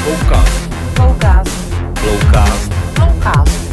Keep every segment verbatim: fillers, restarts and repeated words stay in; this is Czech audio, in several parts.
Flowcast. Flowcast. Flowcast. Flowcast.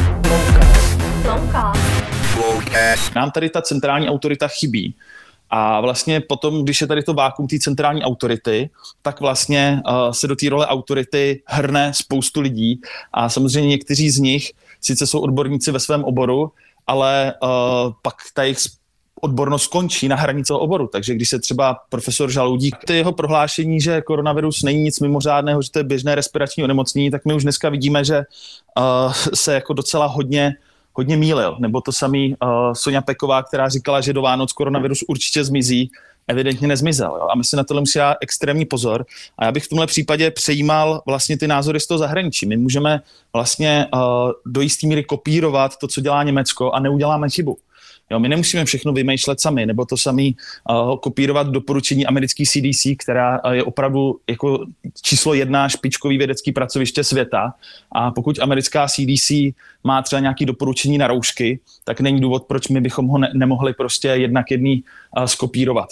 Flowcast. Flowcast. Nám tady ta centrální autorita chybí. A vlastně potom, když je tady to vákuum té centrální autority, tak vlastně uh, se do té role autority hrne spoustu lidí a samozřejmě někteří z nich sice jsou odborníci ve svém oboru, ale uh, pak ta jejich odbornost skončí na hranici oboru. Takže když se třeba profesor Žaloudík, ty jeho prohlášení, že koronavirus není nic mimořádného, že to je běžné respirační onemocnění, tak my už dneska vidíme, že uh, se jako docela hodně hodně mýlil. Nebo to samý uh, Soňa Peková, která říkala, že do Vánoc koronavirus určitě zmizí, evidentně nezmizel. Jo? A my si na tohle musí dát extrémní pozor. A já bych v tomhle případě přejímal vlastně ty názory z toho zahraničí. My můžeme vlastně uh, do jistý míry kopírovat to, co dělá Německo a neuděláme chybu. Jo, my nemusíme všechno vymýšlet sami, nebo to samý uh, kopírovat doporučení americký C D C, která uh, je opravdu jako číslo jedna špičkový vědecký pracoviště světa. A pokud americká C D C má třeba nějaké doporučení na roušky, tak není důvod, proč my bychom ho ne- nemohli prostě jednak jedný uh, skopírovat.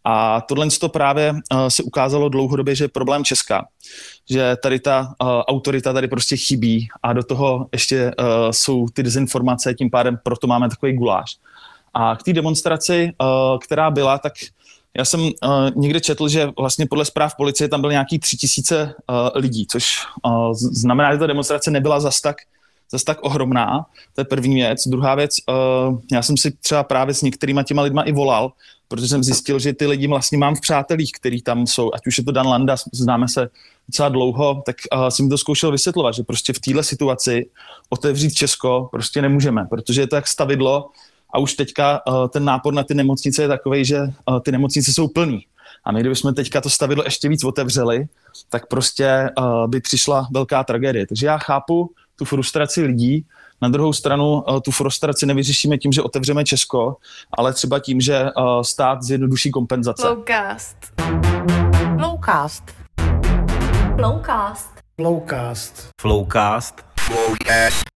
A tohle to právě uh, se ukázalo dlouhodobě, že je problém Česka. Že tady ta uh, autorita tady prostě chybí a do toho ještě uh, jsou ty dezinformace, tím pádem proto máme takový guláš. A k té demonstraci, uh, která byla, tak já jsem uh, někde četl, že vlastně podle zpráv policie tam byly nějaký tři tisíce uh, lidí, což uh, znamená, že ta demonstrace nebyla zas tak, zas tak ohromná. To je první věc. Druhá věc, uh, já jsem si třeba právě s některýma těma lidma i volal, protože jsem zjistil, že ty lidi vlastně mám v přátelích, který tam jsou, ať už je to Dan Landa, známe se docela dlouho, tak uh, jsem mi to zkoušel vysvětlovat, že prostě v téhle situaci otevřít Česko prostě nemůžeme, protože je to jak stavidlo a už teďka uh, ten nápor na ty nemocnice je takovej, že uh, ty nemocnice jsou plný. A my, kdybychom teďka to stavidlo ještě víc otevřeli, tak prostě uh, by přišla velká tragédie. Takže já chápu tu frustraci lidí. Na druhou stranu uh, tu frustraci nevyřešíme tím, že otevřeme Česko, ale třeba tím, že uh, stát zjednoduší kompenzace. Flowcast. Flowcast. Flowcast. Flowcast. Flowcast. Flowcast.